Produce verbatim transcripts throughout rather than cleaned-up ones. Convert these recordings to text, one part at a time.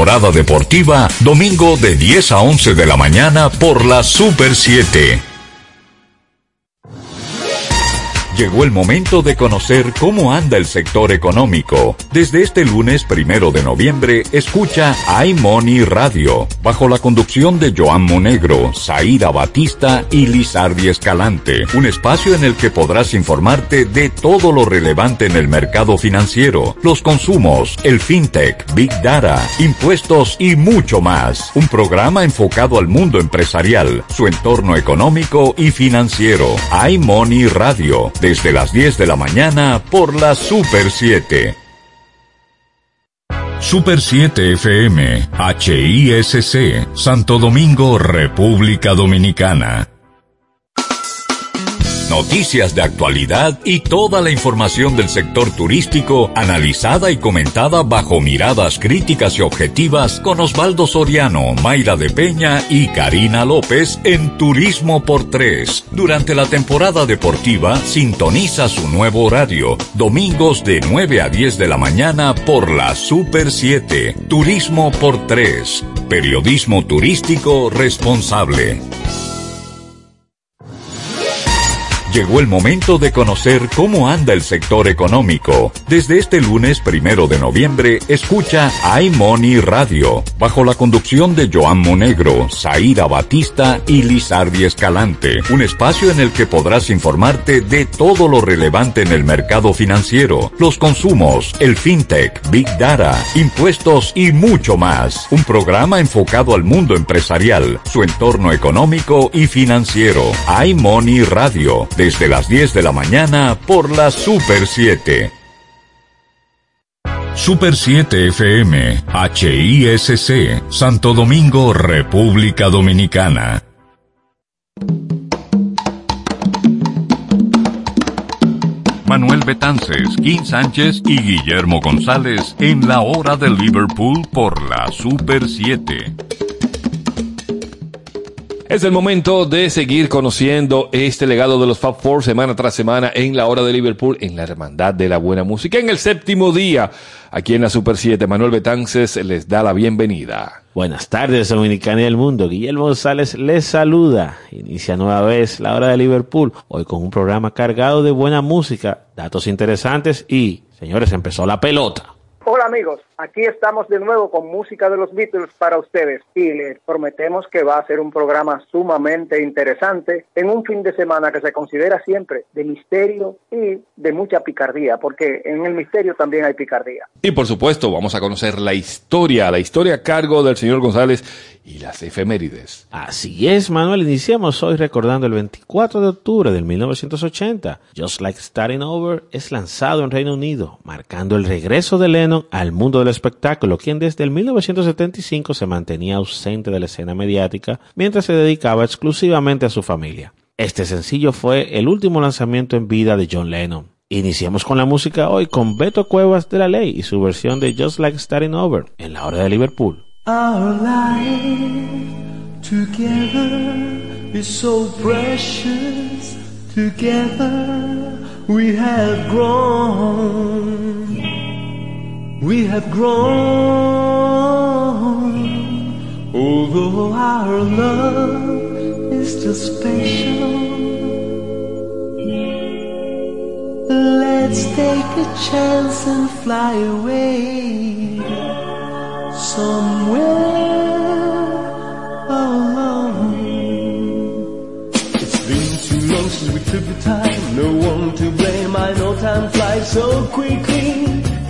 temporada deportiva, domingo de diez a once de la mañana por la Super siete. Llegó el momento de conocer cómo anda el sector económico. Desde este lunes primero de noviembre, escucha iMoney Radio, bajo la conducción de Joan Monegro, Zaira Batista y Lizardi Escalante. Un espacio en el que podrás informarte de todo lo relevante en el mercado financiero, los consumos, el fintech, Big Data, impuestos y mucho más. Un programa enfocado al mundo empresarial, su entorno económico y financiero. iMoney Radio, desde las diez de la mañana por la Super siete. Super siete F M, H I S C, Santo Domingo, República Dominicana. Noticias de actualidad y toda la información del sector turístico analizada y comentada bajo miradas críticas y objetivas con Osvaldo Soriano, Mayra de Peña y Karina López en Turismo por Tres. Durante la temporada deportiva, sintoniza su nuevo horario, domingos de nueve a diez de la mañana por la Super siete. Turismo por Tres. Periodismo turístico responsable. Llegó el momento de conocer cómo anda el sector económico. Desde este lunes primero de noviembre, escucha iMoney Radio, bajo la conducción de Joan Monegro, Zaira Batista y Lizardi Escalante. Un espacio en el que podrás informarte de todo lo relevante en el mercado financiero, los consumos, el fintech, Big Data, impuestos y mucho más. Un programa enfocado al mundo empresarial, su entorno económico y financiero. iMoney Radio, desde las diez de la mañana por la Super siete. Super siete F M, H I S C, Santo Domingo, República Dominicana. Manuel Betances, Kim Sánchez y Guillermo González en la hora de Liverpool por la Super siete. Es el momento de seguir conociendo este legado de los Fab Four semana tras semana en la hora de Liverpool, en la hermandad de la buena música. En el séptimo día, aquí en la Super siete, Manuel Betances les da la bienvenida. Buenas tardes, Dominicana y el mundo. Guillermo González les saluda. Inicia nueva vez la hora de Liverpool, hoy con un programa cargado de buena música, datos interesantes y, señores, empezó la pelota. Hola amigos, aquí estamos de nuevo con música de los Beatles para ustedes y les prometemos que va a ser un programa sumamente interesante en un fin de semana que se considera siempre de misterio y de mucha picardía, porque en el misterio también hay picardía. Y por supuesto vamos a conocer la historia, la historia a cargo del señor González y las efemérides. Así es, Manuel, iniciamos hoy recordando el veinticuatro de octubre del mil novecientos ochenta. Just Like Starting Over es lanzado en Reino Unido, marcando el regreso de Lennon al mundo del espectáculo, quien desde el mil novecientos setenta y cinco se mantenía ausente de la escena mediática mientras se dedicaba exclusivamente a su familia. Este sencillo fue el último lanzamiento en vida de John Lennon. Iniciamos con la música hoy con Beto Cuevas de La Ley y su versión de Just Like Starting Over en la hora de Liverpool. Our life together is so precious. Together we have grown. We have grown. Although our love is still special, let's take a chance and fly away somewhere alone. It's been too long since we took the time. No one to blame. I know time flies so quickly.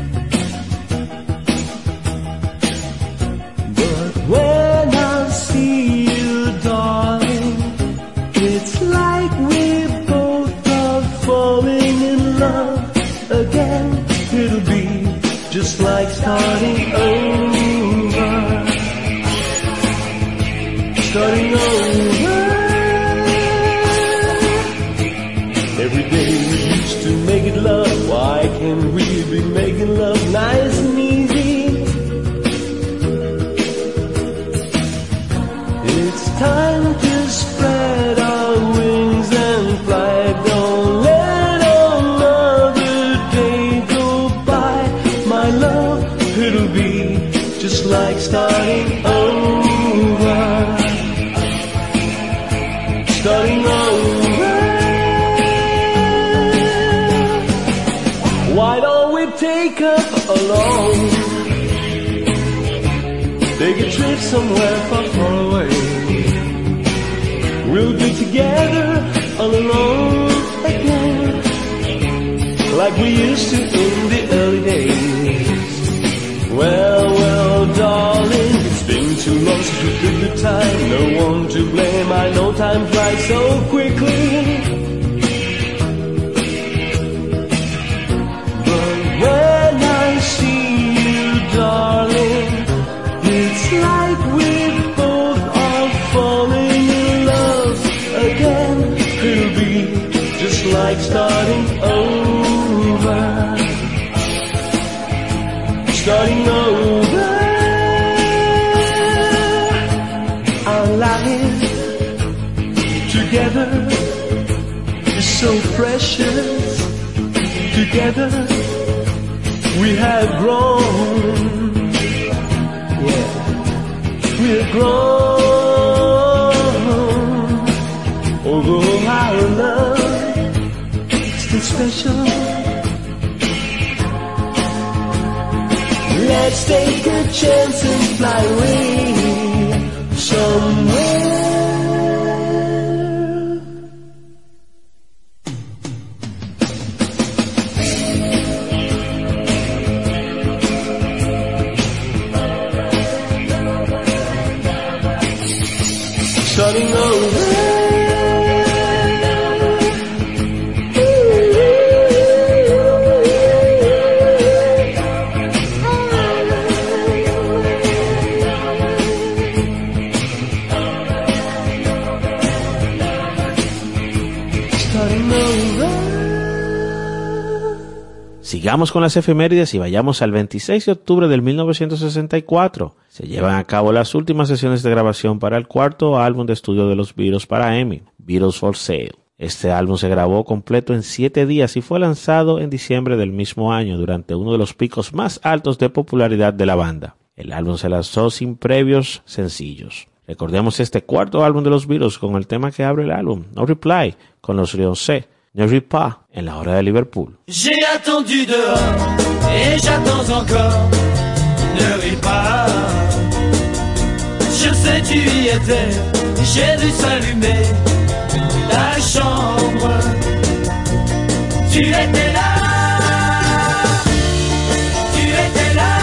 But when I see you, darling, it's like we both are falling in love again. It'll be just like starting over. Starting over. Every day we used to make it love. Why can't we starting over, starting over. Why don't we take up alone, take a trip somewhere far, far away. We'll be together all alone again, like we used to in the early days. Well, well, darling, it's been too long since we took the time. No one to blame, I know time flies so quickly. But when I see you, darling, it's like we both are falling in love again. It'll be just like starting over, starting over. Our life together is so precious. Together we have grown. Yeah, we have grown. Although our love is still special, let's take a chance and fly away somewhere. Starting over. Sigamos con las efemérides y vayamos al veintiséis de octubre del mil novecientos sesenta y cuatro. Se llevan a cabo las últimas sesiones de grabación para el cuarto álbum de estudio de los Beatles para EMI, Beatles for Sale. Este álbum se grabó completo en siete días y fue lanzado en diciembre del mismo año durante uno de los picos más altos de popularidad de la banda. El álbum se lanzó sin previos sencillos. Recordemos este cuarto álbum de los Beatles con el tema que abre el álbum, No Reply, con los Beyoncé. Ne ris pas en la hora de Liverpool. J'ai attendu dehors et j'attends encore. Ne ris pas. Je sais tu y étais. J'ai vu s'allumer ta chambre. Tu étais là. Tu étais là.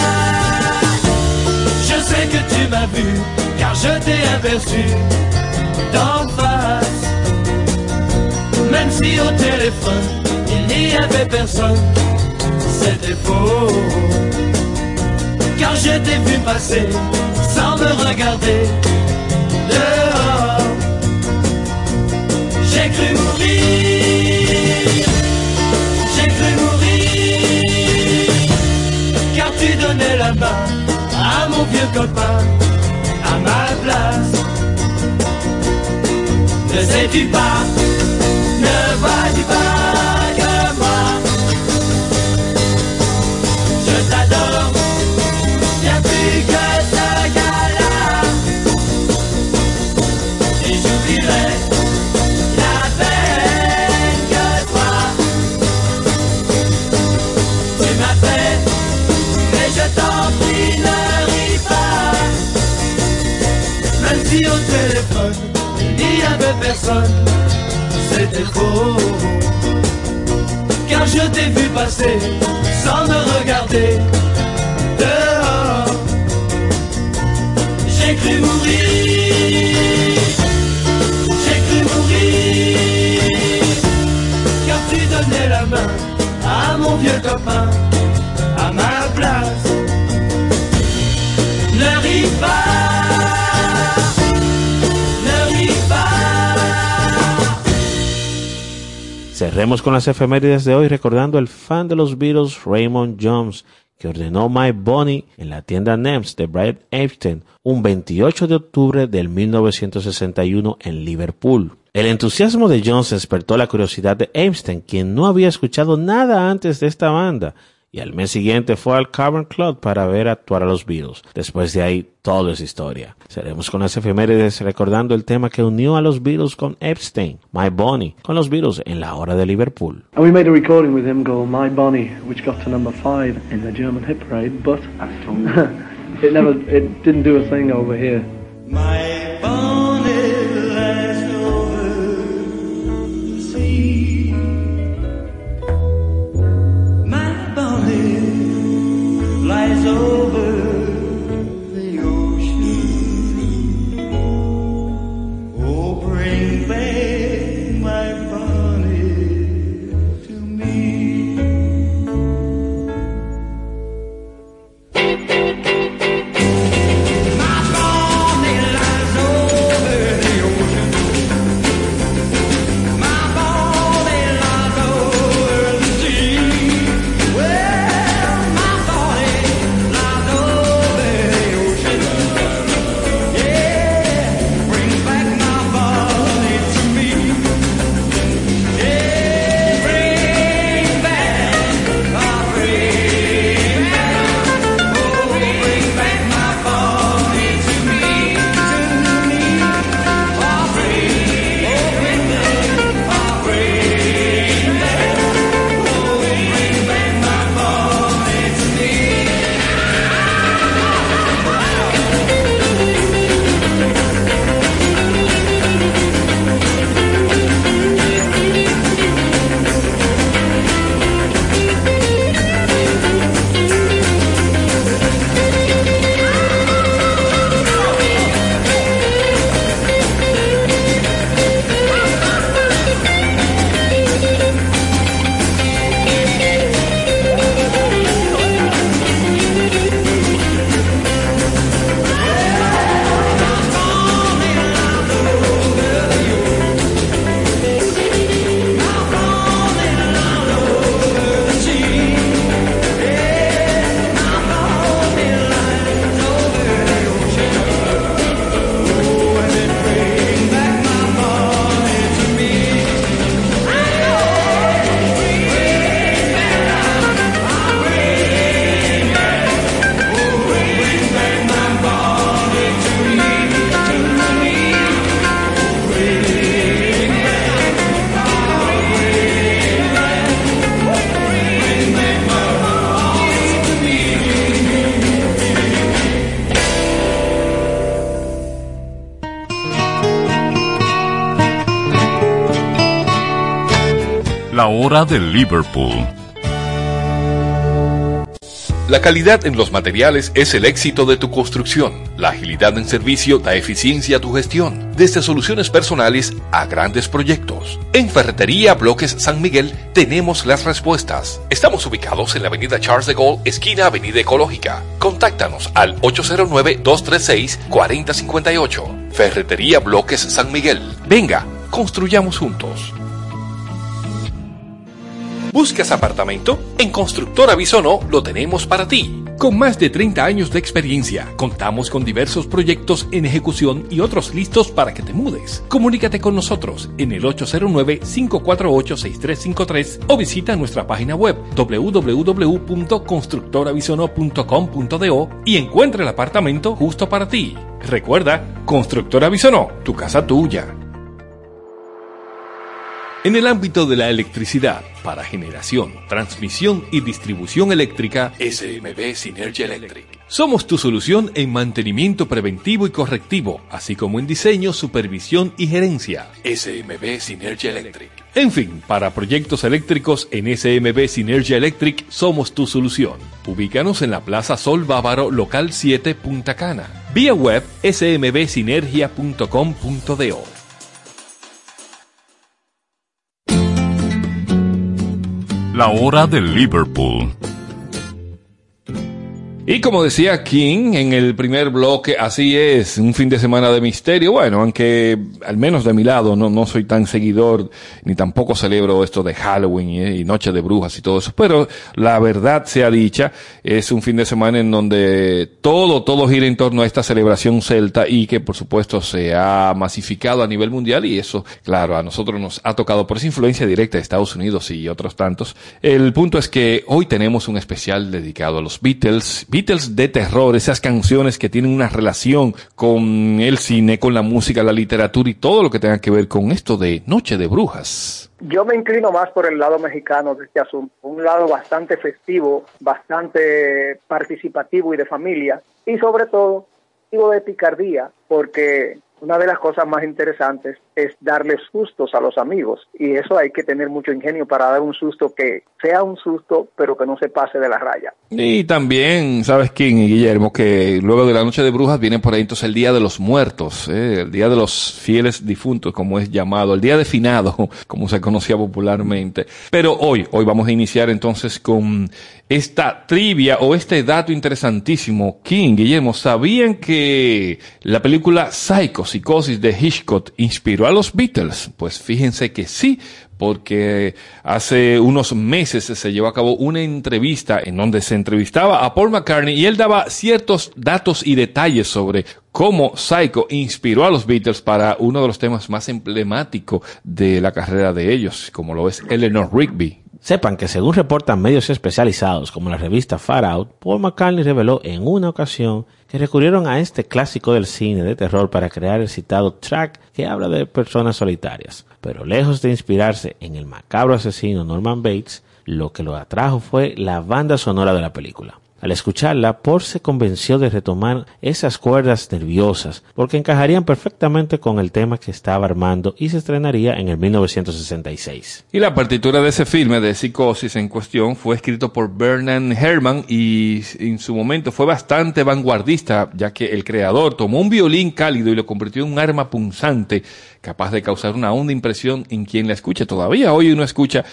Je sais que tu m'as vu car je t'ai aperçu d'en face. Même si au téléphone il n'y avait personne, c'était faux. Car je t'ai vu passer sans me regarder dehors. J'ai cru mourir, j'ai cru mourir. Car tu donnais la main à mon vieux copain, à ma place. Ne sais-tu pas? Ne vois-tu pas que moi je t'adore, y'a plus que ce gars-là. Et j'oublierai la peine que toi tu m'as fait. Mais je t'en prie, ne ris pas. Même si au téléphone il n'y avait personne, c'était faux. Car je t'ai vu passer sans me regarder dehors. J'ai cru mourir, j'ai cru mourir. Car tu donnais la main à mon vieux copain, à ma place. Ne ris pas. Cerremos con las efemérides de hoy recordando al fan de los Beatles Raymond Jones, que ordenó My Bunny en la tienda Nems de Brian Epstein un veintiocho de octubre del mil novecientos sesenta y uno en Liverpool. El entusiasmo de Jones despertó la curiosidad de Epstein, quien no había escuchado nada antes de esta banda, y al mes siguiente fue al Cavern Club para ver actuar a los Beatles. Después de ahí, todo es historia. Seremos con las efemérides recordando el tema que unió a los Beatles con Epstein, My Bonnie, con los Beatles en la hora de Liverpool. And we made a recording with him called My Bonnie, which got to number five in the German hit parade, but it never, it didn't do a thing over here. My bonnet lies over the sea. My bonnet lies over the ocean. Oh, bring back my bonnet to me. La hora de Liverpool. La calidad en los materiales es el éxito de tu construcción. La agilidad en servicio da eficiencia a tu gestión, desde soluciones personales a grandes proyectos. En Ferretería Bloques San Miguel tenemos las respuestas. Estamos ubicados en la avenida Charles de Gaulle, esquina Avenida Ecológica. Contáctanos al ocho cero nueve, dos tres seis, cuatro cero cinco ocho. Ferretería Bloques San Miguel. Venga, construyamos juntos. ¿Buscas apartamento? En Constructora Bisonó lo tenemos para ti. Con más de treinta años de experiencia, contamos con diversos proyectos en ejecución y otros listos para que te mudes. Comunícate con nosotros en el ocho cero nueve, cinco cuatro ocho, seis tres cinco tres o visita nuestra página web doble u doble u doble u punto constructora bisonó punto com punto do y encuentra el apartamento justo para ti. Recuerda, Constructora Bisonó, tu casa tuya. En el ámbito de la electricidad, para generación, transmisión y distribución eléctrica, S M B Synergy Electric. Somos tu solución en mantenimiento preventivo y correctivo, así como en diseño, supervisión y gerencia. S M B Synergy Electric. En fin, para proyectos eléctricos en S M B Synergy Electric somos tu solución. Ubícanos en la Plaza Sol Bávaro, local siete, Punta Cana. Vía web s m b synergia punto com punto do. La hora de Liverpool. Y como decía King en el primer bloque, así es, un fin de semana de misterio. Bueno, aunque al menos de mi lado no, no soy tan seguidor, ni tampoco celebro esto de Halloween y, y Noche de Brujas y todo eso. Pero la verdad sea dicha, es un fin de semana en donde todo, todo gira en torno a esta celebración celta y que por supuesto se ha masificado a nivel mundial, y eso, claro, a nosotros nos ha tocado por esa influencia directa de Estados Unidos y otros tantos. El punto es que hoy tenemos un especial dedicado a los Beatles, Beatles de terror, esas canciones que tienen una relación con el cine, con la música, la literatura y todo lo que tenga que ver con esto de Noche de Brujas. Yo me inclino más por el lado mexicano de este asunto, un lado bastante festivo, bastante participativo y de familia, y sobre todo, digo de picardía, porque una de las cosas más interesantes es darle sustos a los amigos, y eso hay que tener mucho ingenio para dar un susto que sea un susto, pero que no se pase de la raya. Y también, ¿sabes, King y Guillermo? Que luego de la Noche de Brujas viene por ahí entonces el Día de los Muertos, ¿eh? El Día de los Fieles Difuntos, como es llamado, el Día de Finado, como se conocía popularmente. Pero hoy, hoy vamos a iniciar entonces con esta trivia o este dato interesantísimo. King, Guillermo, ¿sabían que la película Psycho, Psicosis de Hitchcock inspiró a los Beatles? Pues fíjense que sí, porque hace unos meses se llevó a cabo una entrevista en donde se entrevistaba a Paul McCartney y él daba ciertos datos y detalles sobre cómo Psycho inspiró a los Beatles para uno de los temas más emblemáticos de la carrera de ellos, como lo es Eleanor Rigby. Sepan que según reportan medios especializados como la revista Far Out, Paul McCartney reveló en una ocasión que recurrieron a este clásico del cine de terror para crear el citado track que habla de personas solitarias. Pero lejos de inspirarse en el macabro asesino Norman Bates, lo que lo atrajo fue la banda sonora de la película. Al escucharla, Paul se convenció de retomar esas cuerdas nerviosas porque encajarían perfectamente con el tema que estaba armando y se estrenaría en el mil novecientos sesenta y seis. Y la partitura de ese filme de Psicosis en cuestión fue escrito por Bernard Herrmann y en su momento fue bastante vanguardista, ya que el creador tomó un violín cálido y lo convirtió en un arma punzante capaz de causar una honda impresión en quien la escuche. Todavía hoy uno escucha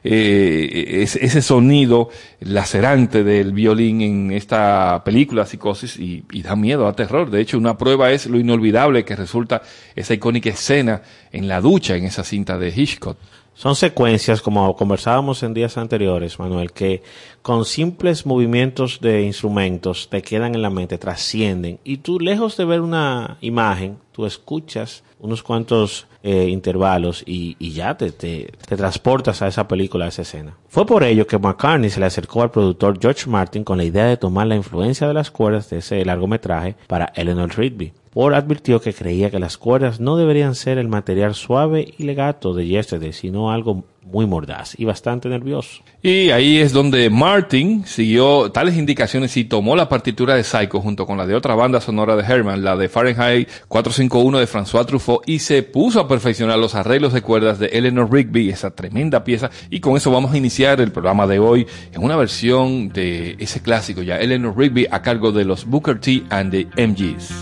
eh, ese, ese sonido lacerante del violín en esta película Psicosis y, y da miedo, da terror. De hecho, una prueba es lo inolvidable que resulta esa icónica escena en la ducha en esa cinta de Hitchcock. Son secuencias, como conversábamos en días anteriores, Manuel, que con simples movimientos de instrumentos te quedan en la mente, trascienden. Y tú, lejos de ver una imagen, tú escuchas unos cuantos eh, intervalos y, y ya te, te, te transportas a esa película, a esa escena. Fue por ello que McCartney se le acercó al productor George Martin con la idea de tomar la influencia de las cuerdas de ese largometraje para Eleanor Rigby. Paul advirtió que creía que las cuerdas no deberían ser el material suave y legato de Yesterday, sino algo muy mordaz y bastante nervioso. Y ahí es donde Martin siguió tales indicaciones y tomó la partitura de Psycho junto con la de otra banda sonora de Herrmann, la de Fahrenheit cuatrocientos cincuenta y uno de François Truffaut, y se puso a perfeccionar los arreglos de cuerdas de Eleanor Rigby, esa tremenda pieza, y con eso vamos a iniciar el programa de hoy en una versión de ese clásico ya, Eleanor Rigby, a cargo de los Booker T and the M Gs.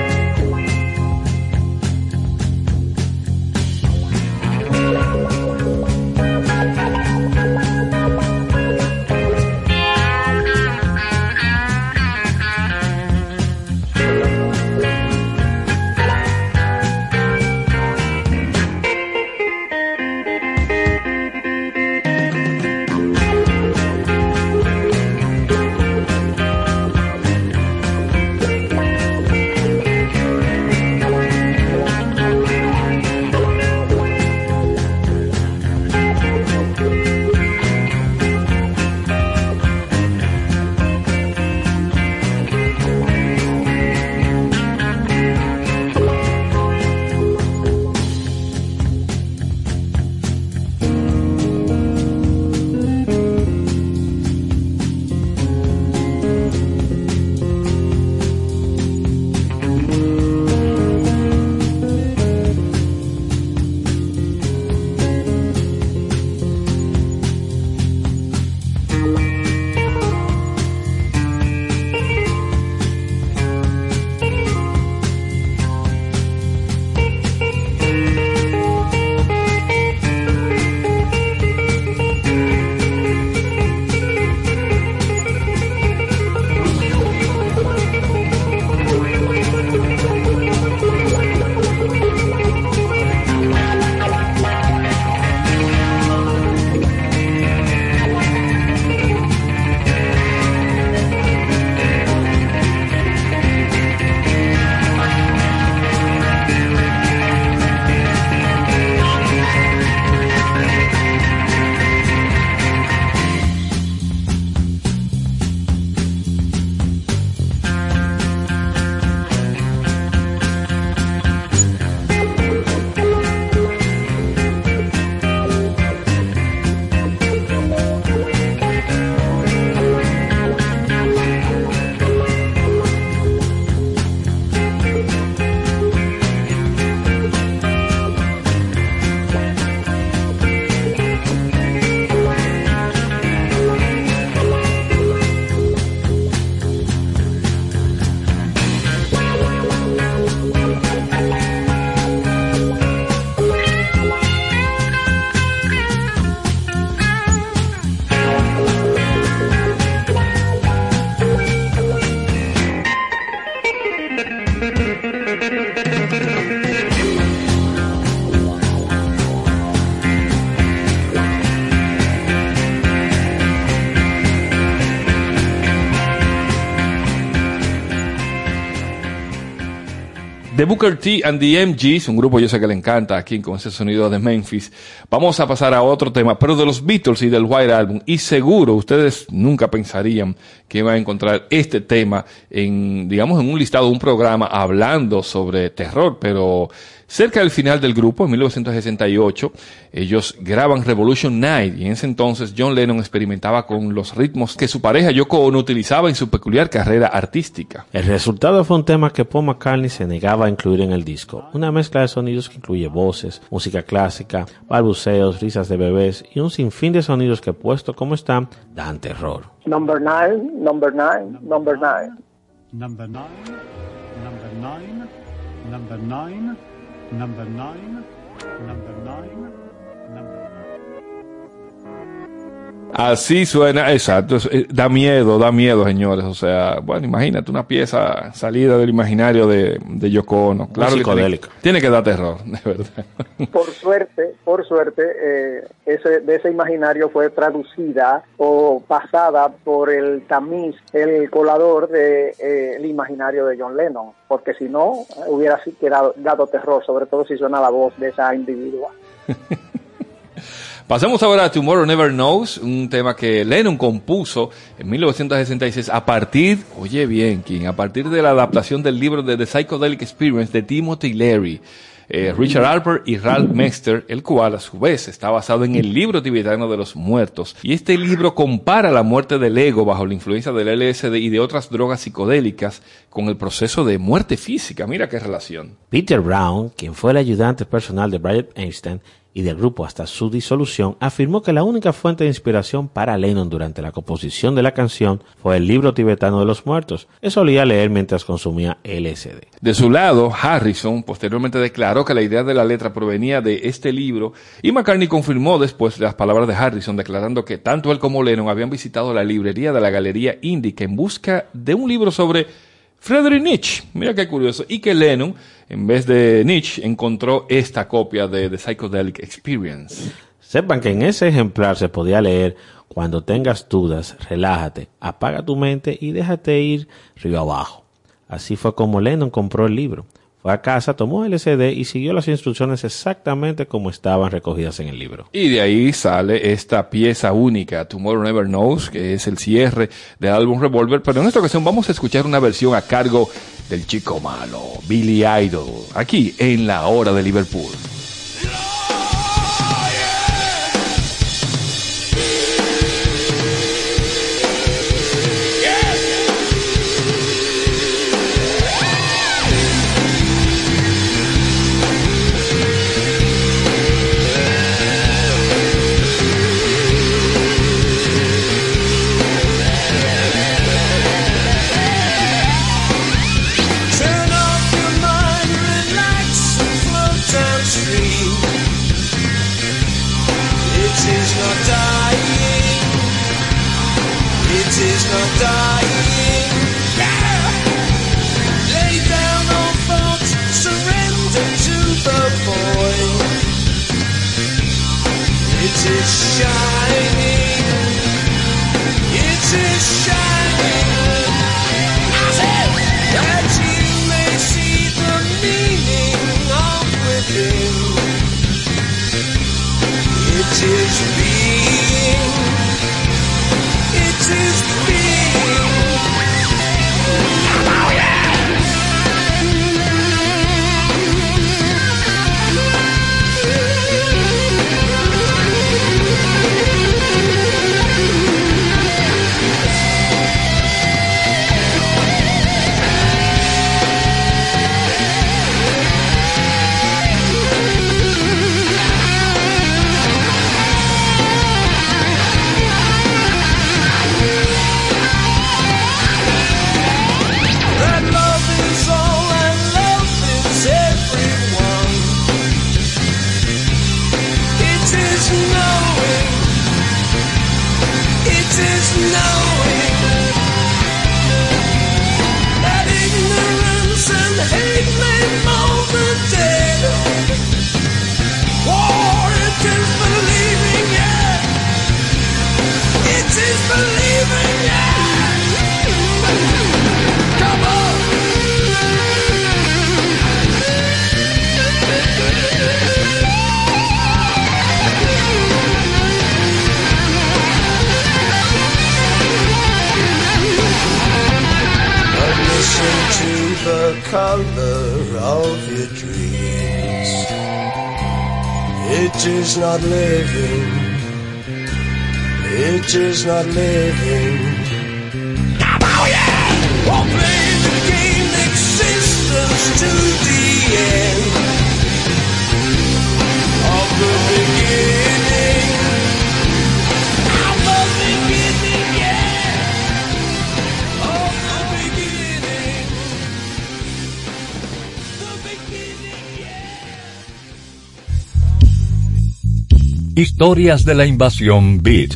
Thank The Booker T and the M Gs, un grupo yo sé que le encanta aquí con ese sonido de Memphis. Vamos a pasar a otro tema, pero de los Beatles y del White Album. Y seguro ustedes nunca pensarían que iban a encontrar este tema en, digamos, en un listado, un programa hablando sobre terror, pero cerca del final del grupo, en mil novecientos sesenta y ocho, ellos graban Revolution Night, y en ese entonces John Lennon experimentaba con los ritmos que su pareja Yoko Ono utilizaba en su peculiar carrera artística. El resultado fue un tema que Paul McCartney se negaba a incluir en el disco, una mezcla de sonidos que incluye voces, música clásica, balbuceos, risas de bebés y un sinfín de sonidos que, puesto como están, dan terror. Number nine, number nine, number nine. Number nine, number nine, number nine. Number nine, number nine, number Así suena, exacto, eh, da miedo, da miedo, señores, o sea, bueno, imagínate una pieza salida del imaginario de, de Yoko Ono, claro que tiene, tiene que dar terror, de verdad. Por suerte, por suerte, eh, ese, de ese imaginario fue traducida o pasada por el tamiz, el colador de eh, el imaginario de John Lennon, porque si no, hubiera quedado, dado terror, sobre todo si suena la voz de esa individua. Pasemos ahora a Tomorrow Never Knows, un tema que Lennon compuso en mil novecientos sesenta y seis a partir, oye bien, King, a partir de la adaptación del libro de The Psychedelic Experience de Timothy Leary, eh, Richard Harper y Ralph Mester, el cual a su vez está basado en el libro tibetano de los muertos. Y este libro compara la muerte del ego bajo la influencia del L S D y de otras drogas psicodélicas con el proceso de muerte física. Mira qué relación. Peter Brown, quien fue el ayudante personal de Brian Epstein y del grupo hasta su disolución, afirmó que la única fuente de inspiración para Lennon durante la composición de la canción fue el libro tibetano de los muertos, que solía leer mientras consumía L S D. De su lado, Harrison posteriormente declaró que la idea de la letra provenía de este libro, y McCartney confirmó después las palabras de Harrison, declarando que tanto él como Lennon habían visitado la librería de la Galería Indica en busca de un libro sobre Friedrich Nietzsche, mira qué curioso, y que Lennon, en vez de Nietzsche, encontró esta copia de The Psychedelic Experience. Sepan que en ese ejemplar se podía leer: cuando tengas dudas, relájate, apaga tu mente y déjate ir río abajo. Así fue como Lennon compró el libro. Fue a casa, tomó L S D y siguió las instrucciones exactamente como estaban recogidas en el libro. Y de ahí sale esta pieza única, Tomorrow Never Knows, que es el cierre del álbum Revolver, pero en esta ocasión vamos a escuchar una versión a cargo del chico malo, Billy Idol, aquí en La Hora de Liverpool. color of your dreams. It is not living. It is not living. Oh yeah! Oh, play the game existence to the end of the beginning. Of the beginning, yeah. Of the beginning. The beginning, yeah. Historias de la invasión Beat.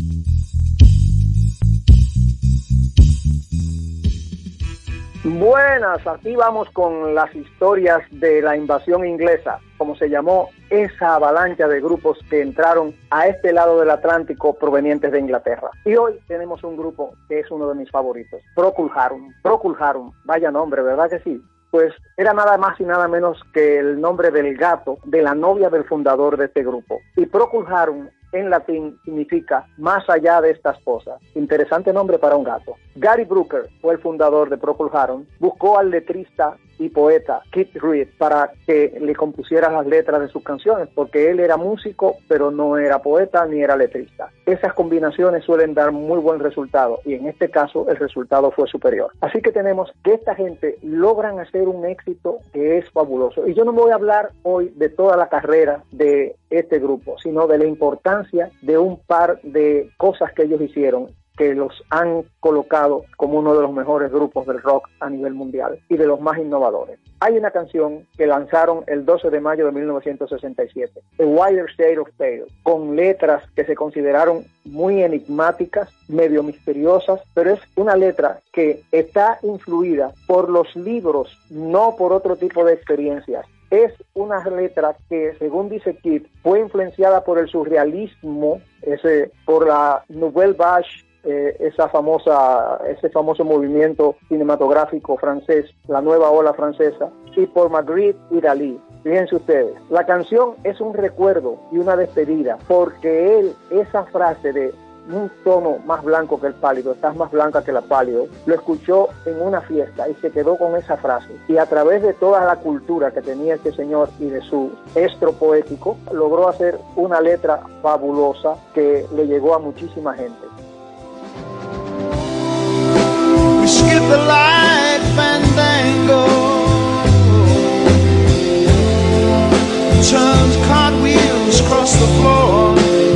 Buenas, aquí vamos con las historias de la invasión inglesa, como se llamó esa avalancha de grupos que entraron a este lado del Atlántico provenientes de Inglaterra. Y hoy tenemos un grupo que es uno de mis favoritos, Procol Harum. Procol Harum, vaya nombre, ¿verdad que sí? Pues era nada más y nada menos que el nombre del gato de la novia del fundador de este grupo. Y Procol Harum en latín significa más allá de esta esposa. Interesante nombre para un gato. Gary Brooker fue el fundador de Procol Harum. Buscó al letrista y poeta Keith Reid para que le compusiera las letras de sus canciones, porque él era músico, pero no era poeta ni era letrista. Esas combinaciones suelen dar muy buen resultado, y en este caso el resultado fue superior. Así que tenemos que esta gente logran hacer un éxito que es fabuloso. Y yo no me voy a hablar hoy de toda la carrera de este grupo, sino de la importancia de un par de cosas que ellos hicieron que los han colocado como uno de los mejores grupos del rock a nivel mundial y de los más innovadores. Hay una canción que lanzaron el doce de mayo de mil novecientos sesenta y siete, A Wider Shade of Pale, con letras que se consideraron muy enigmáticas, medio misteriosas, pero es una letra que está influida por los libros, no por otro tipo de experiencias. Es una letra que, según dice Keith, fue influenciada por el surrealismo, ese, por la Nouvelle Vague, eh, esa famosa, ese famoso movimiento cinematográfico francés, la nueva ola francesa, y por Magritte y Dalí. Fíjense ustedes, la canción es un recuerdo y una despedida, porque él, esa frase de un tono más blanco que el pálido, estás más blanca que la pálido, lo escuchó en una fiesta y se quedó con esa frase, y a través de toda la cultura que tenía este señor y de su estro poético, logró hacer una letra fabulosa que le llegó a muchísima gente. We skip the light fandango, turns cartwheels across the floor.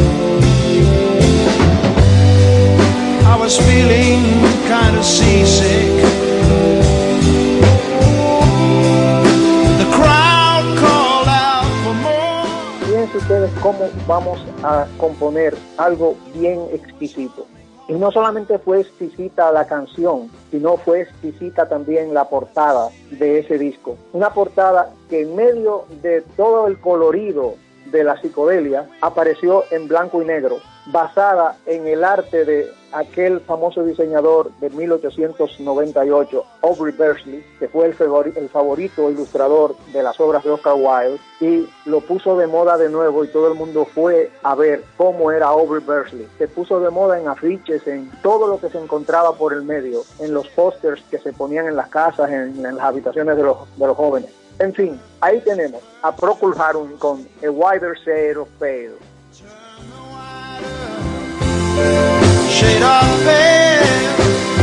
I was feeling kind of seasick. The crowd called out for more. Fíjense ustedes cómo vamos a componer algo bien exquisito. Y no solamente fue exquisita la canción, sino fue exquisita también la portada de ese disco. Una portada que en medio de todo el colorido de la psicodelia apareció en blanco y negro, basada en el arte de aquel famoso diseñador de mil ochocientos noventa y ocho, Aubrey Bursley, que fue el favorito, el favorito ilustrador de las obras de Oscar Wilde, y lo puso de moda de nuevo, y todo el mundo fue a ver cómo era Aubrey Bursley. Se puso de moda en afiches, en todo lo que se encontraba por el medio, en los pósters que se ponían en las casas, en, en las habitaciones de los, de los jóvenes. En fin, ahí tenemos a Procol Harum con A Wider Shade of Pale. Shade of pale.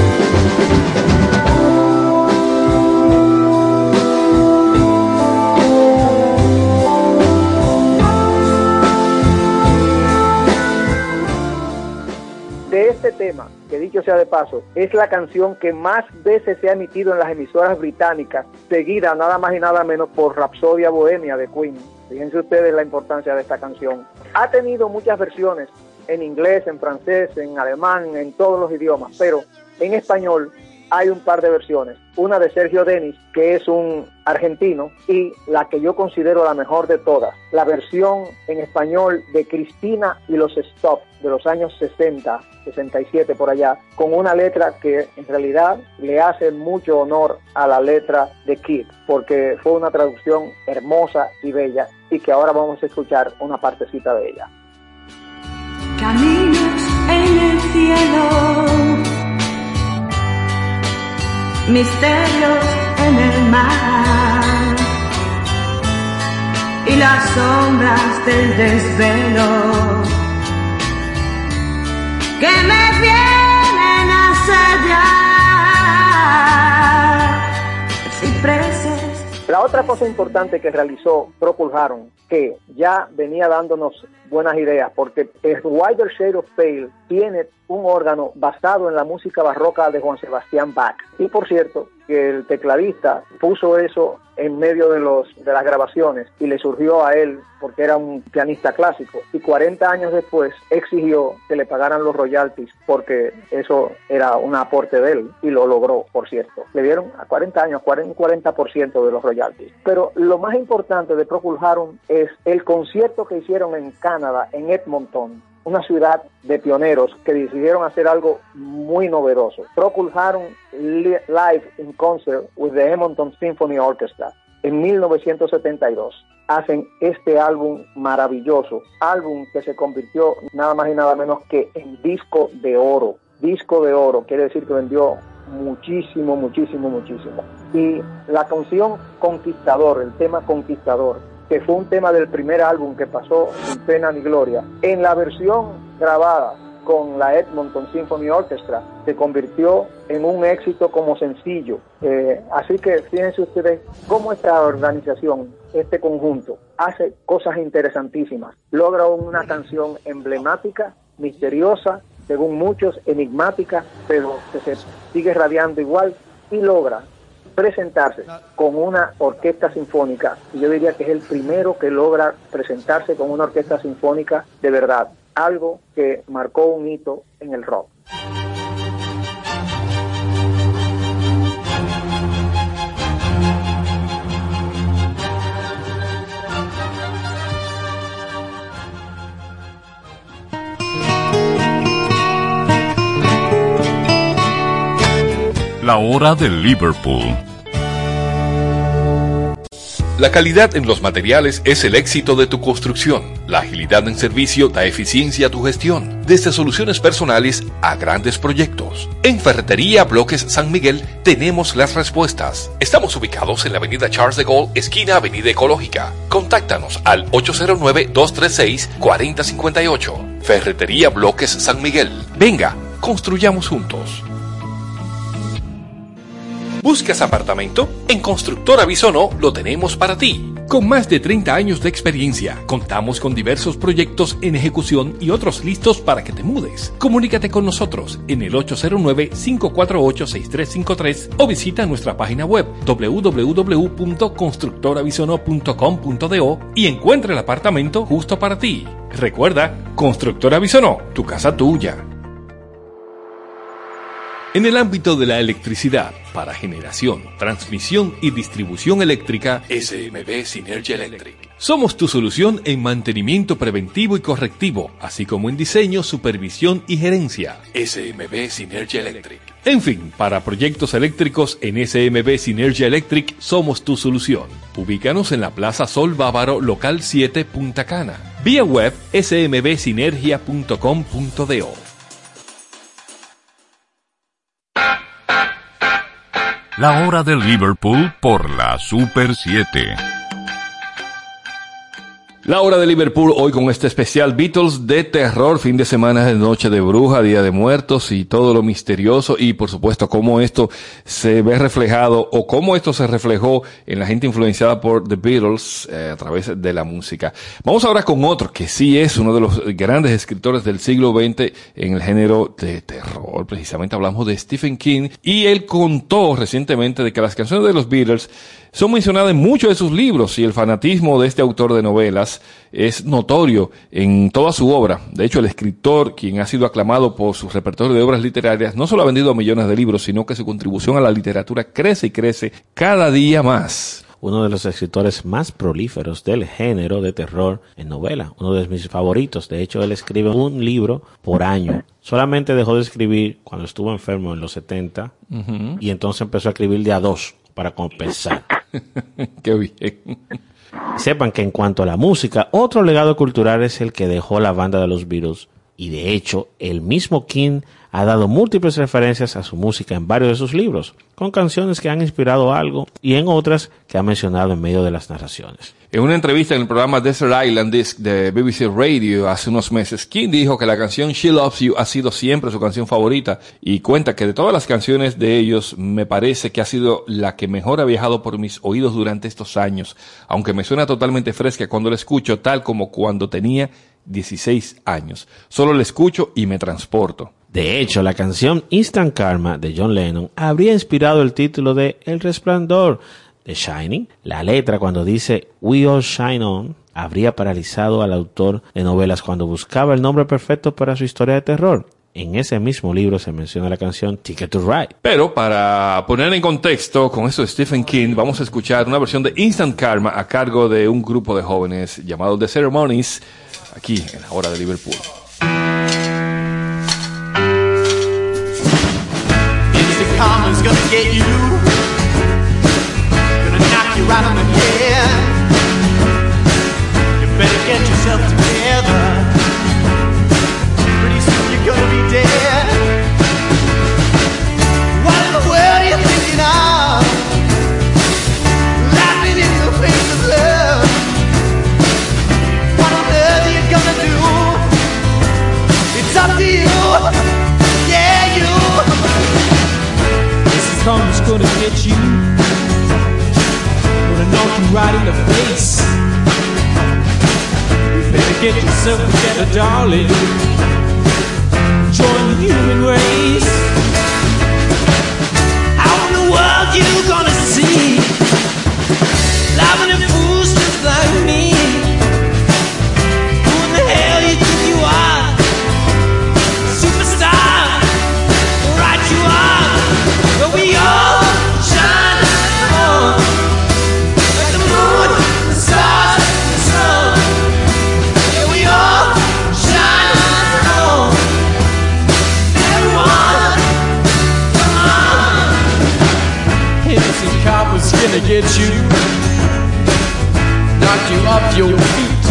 De este tema, que dicho sea de paso, es la canción que más veces se ha emitido en las emisoras británicas, seguida nada más y nada menos por Rapsodia Bohemia de Queen. Fíjense ustedes la importancia de esta canción. Ha tenido muchas versiones en inglés, en francés, en alemán, en todos los idiomas, pero en español hay un par de versiones. Una de Sergio Denis, que es un argentino, y la que yo considero la mejor de todas, la versión en español de Cristina y los Stop de los años sesenta, sesenta y siete por allá, con una letra que en realidad le hace mucho honor a la letra de Keith, porque fue una traducción hermosa y bella, y que ahora vamos a escuchar una partecita de ella. Caminos en el cielo, misterios en el mar. las sombras del desvelo que me vienen a asediar. Cipreses. La otra cosa importante que realizó Procol Harum, que ya venía dándonos buenas ideas, porque el Wider Shade of Pale tiene un órgano basado en la música barroca de Juan Sebastián Bach. Y por cierto, que el tecladista puso eso en medio de los de las grabaciones y le surgió a él porque era un pianista clásico, y cuarenta años después exigió que le pagaran los royalties porque eso era un aporte de él, y lo logró, por cierto. Le dieron a cuarenta años un cuarenta por ciento de los royalties. Pero lo más importante de Procol Harum es el concierto que hicieron en Canadá, en Edmonton, una ciudad de pioneros que decidieron hacer algo muy novedoso. Procol Harum Live in Concert with the Edmonton Symphony Orchestra. En mil novecientos setenta y dos hacen este álbum maravilloso, álbum que se convirtió nada más y nada menos que en disco de oro. Disco de oro quiere decir que vendió muchísimo, muchísimo, muchísimo. Y la canción Conquistador, el tema Conquistador, que fue un tema del primer álbum que pasó sin pena ni gloria, en la versión grabada con la Edmonton Symphony Orchestra se convirtió en un éxito como sencillo. Eh, así que fíjense ustedes cómo esta organización, este conjunto, hace cosas interesantísimas. Logra una canción emblemática, misteriosa, según muchos enigmática, pero que se sigue radiando igual, y logra presentarse con una orquesta sinfónica, y yo diría que es el primero que logra presentarse con una orquesta sinfónica de verdad, algo que marcó un hito en el rock. La hora de Liverpool. La calidad en los materiales es el éxito de tu construcción. La agilidad en servicio da eficiencia a tu gestión, desde soluciones personales a grandes proyectos. En Ferretería Bloques San Miguel tenemos las respuestas. Estamos ubicados en la avenida Charles de Gaulle, esquina Avenida Ecológica. Contáctanos al ocho cero nueve, dos tres seis, cuatro cero cinco ocho. Ferretería Bloques San Miguel. Venga, construyamos juntos. ¿Buscas apartamento? En Constructora Bisonó lo tenemos para ti. Con más de treinta años de experiencia, contamos con diversos proyectos en ejecución y otros listos para que te mudes. Comunícate con nosotros en el ocho cero nueve, cinco cuatro ocho, seis tres cinco tres o visita nuestra página web doble u doble u doble u punto constructora bisonó punto com punto do y encuentra el apartamento justo para ti. Recuerda, Constructora Bisonó, tu casa tuya. En el ámbito de la electricidad, para generación, transmisión y distribución eléctrica, S M B Synergy Electric. Somos tu solución en mantenimiento preventivo y correctivo, así como en diseño, supervisión y gerencia. S M B Synergy Electric. En fin, para proyectos eléctricos en S M B Synergy Electric somos tu solución. Ubícanos en la Plaza Sol Bávaro, local siete, Punta Cana. Vía web s m b synergia punto com punto do. La hora de Liverpool por la Super siete. La hora de Liverpool hoy con este especial Beatles de terror, fin de semana de Noche de Bruja, Día de Muertos y todo lo misterioso, y por supuesto cómo esto se ve reflejado o cómo esto se reflejó en la gente influenciada por The Beatles eh, a través de la música. Vamos ahora con otro que sí es uno de los grandes escritores del siglo veinte en el género de terror. Precisamente hablamos de Stephen King, y él contó recientemente de que las canciones de los Beatles son mencionadas en muchos de sus libros, y el fanatismo de este autor de novelas es notorio en toda su obra. De hecho, el escritor, quien ha sido aclamado por su repertorio de obras literarias, no solo ha vendido millones de libros, sino que su contribución a la literatura crece y crece cada día más. Uno de los escritores más prolíferos del género de terror en novela, uno de mis favoritos. De hecho, él escribe un libro por año. Solamente dejó de escribir cuando estuvo enfermo en los setenta, uh-huh. y entonces empezó a escribir de a dos para compensar. Qué bien. Sepan que en cuanto a la música, otro legado cultural es el que dejó la banda de los Beatles, y de hecho, el mismo King ha dado múltiples referencias a su música en varios de sus libros, con canciones que han inspirado algo y en otras que ha mencionado en medio de las narraciones. En una entrevista en el programa Desert Island Disc de B B C Radio hace unos meses, King dijo que la canción She Loves You ha sido siempre su canción favorita y cuenta que de todas las canciones de ellos me parece que ha sido la que mejor ha viajado por mis oídos durante estos años, aunque me suena totalmente fresca cuando la escucho, tal como cuando tenía dieciséis años. Solo la escucho y me transporto. De hecho, la canción Instant Karma de John Lennon habría inspirado el título de El Resplandor de Shining. La letra, cuando dice We All Shine On, habría paralizado al autor de novelas cuando buscaba el nombre perfecto para su historia de terror. En ese mismo libro se menciona la canción Ticket to Ride. Pero para poner en contexto con esto de Stephen King, vamos a escuchar una versión de Instant Karma a cargo de un grupo de jóvenes llamado The Ceremonies, aquí en la hora de Liverpool. Instant karma's gonna get you, gonna knock you right on the head. You better get yourself together, pretty soon you're gonna be dead. What in the world are you thinking of? Laughing in the face of love. What on earth are you gonna do? It's up to you, yeah, you. This is karma's gonna get you, gonna knock you right in the face. You better get yourself together, darling. Join the human race. How in the world you gonna see loving and fools just like me? Who in the hell you think you are? Superstar, right you are. But we all shine on like the moon, the stars, the sun. Yeah, we all shine on. Everyone, come on. Innocent copper's gonna get you, knock you off your feet.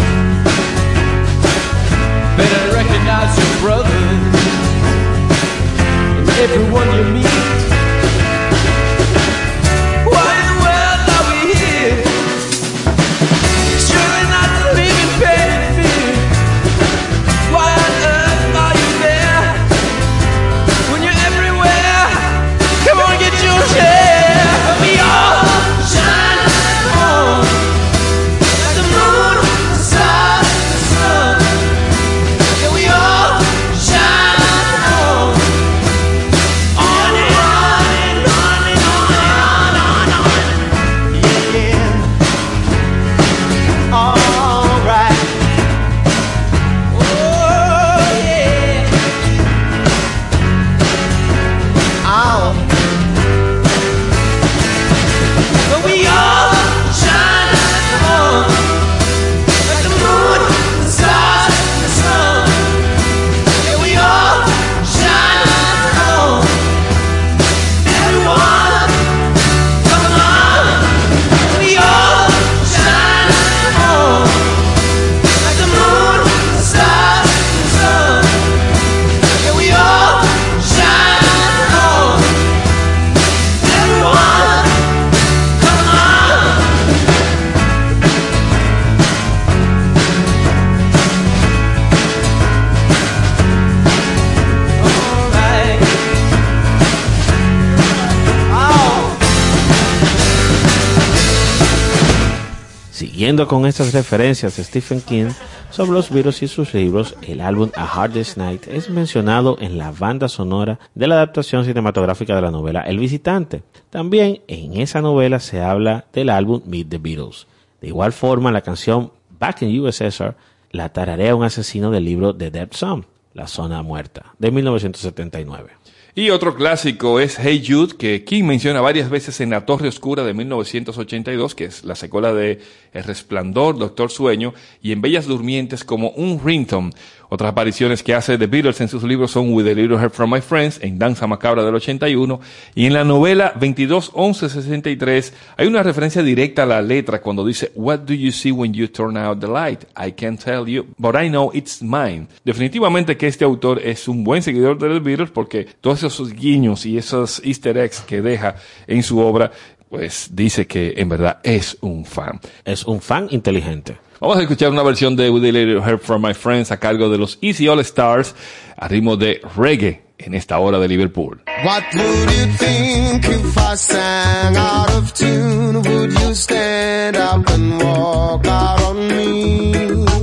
Better recognize your brothers and everyone you meet. Why in the world are we here? Surely not to live in pain and fear. Why on earth are you there when you're everywhere? Come on, get your share. We all shine on like the moon, the stars, the sun. Yeah, we all shine on. On and on and on and on and on and on. Yeah, yeah. All right. Oh, yeah. Oh. But we all shine on like the moon, the stars, the sun. Yeah, we all shine on. Everyone, come on. We all shine on like the moon, the stars, the sun. Yeah, we all shine on. Everyone, come on. All right. Oh. Siguiendo con estas referencias de Stephen King sobre los Beatles y sus libros, el álbum A Hard Day's Night es mencionado en la banda sonora de la adaptación cinematográfica de la novela El Visitante. También en esa novela se habla del álbum Meet the Beatles. De igual forma, la canción Back in U S S R la tararea un asesino del libro The Dead Zone, La Zona Muerta, de mil novecientos setenta y nueve. Y otro clásico es Hey Jude, que King menciona varias veces en La Torre Oscura de mil novecientos ochenta y dos, que es la secuela de El Resplandor, Doctor Sueño, y en Bellas Durmientes como un ringtone. Otras apariciones que hace The Beatles en sus libros son With a Little Help from My Friends, en Danza Macabra del ochenta y uno, y en la novela veintidós once sesenta y tres hay una referencia directa a la letra cuando dice What do you see when you turn out the light? I can't tell you, but I know it's mine. Definitivamente que este autor es un buen seguidor de The Beatles porque todos esos guiños y esos easter eggs que deja en su obra pues dice que en verdad es un fan. Es un fan inteligente. Vamos a escuchar una versión de With a Little Help from My Friends a cargo de los Easy All Stars a ritmo de reggae en esta hora de Liverpool. What would you think if I sang out of tune? Would you stand up and walk out on me?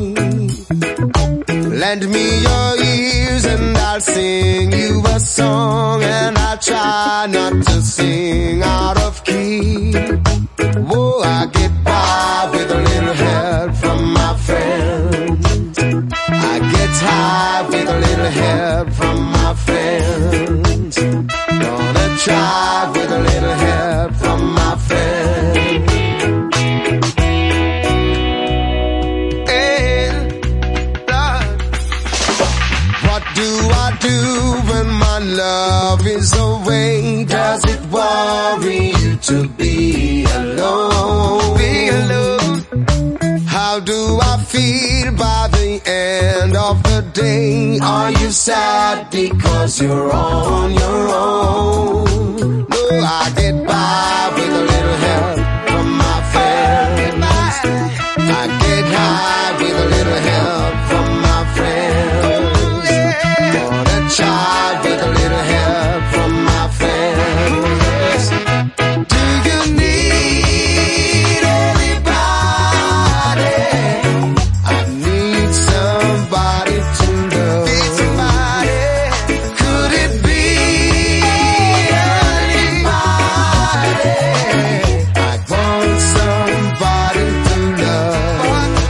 Lend me your ears and I'll sing you a song, and I'll try not to sing out of key. Oh, I get by with a little help from my friends. I get high with a little help from my friends. Gonna try with a little help from my friends. And Lord, what do I do when my love is away? Does it worry you to be alone? Be alone. How do I feel by the end of the day? Are you sad because you're on your own? No, I get by with a little help from my friends. I get high with a little help from my friends. Wanna try with a little help from my friends. Do you need anybody? I need somebody to love. Need somebody. Could it be anybody? I want somebody to love.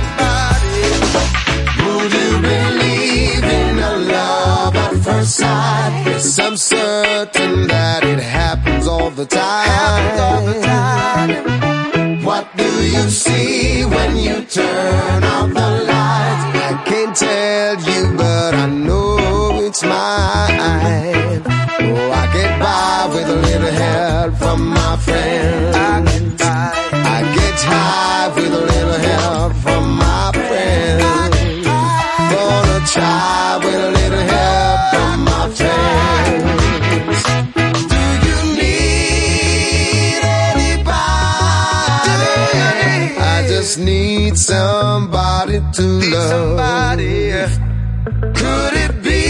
Would you believe in a love at first sight? Yes, I'm certain that it happens all the time. All the time. What do you see when you turn out the lights? I can't tell you, but I know it's mine. Oh, I get by with a little help from my friends. I get high with a little help from my friends. Gonna try with a little help from my friends. Do you need anybody? I just need somebody to love. Somebody. Could it be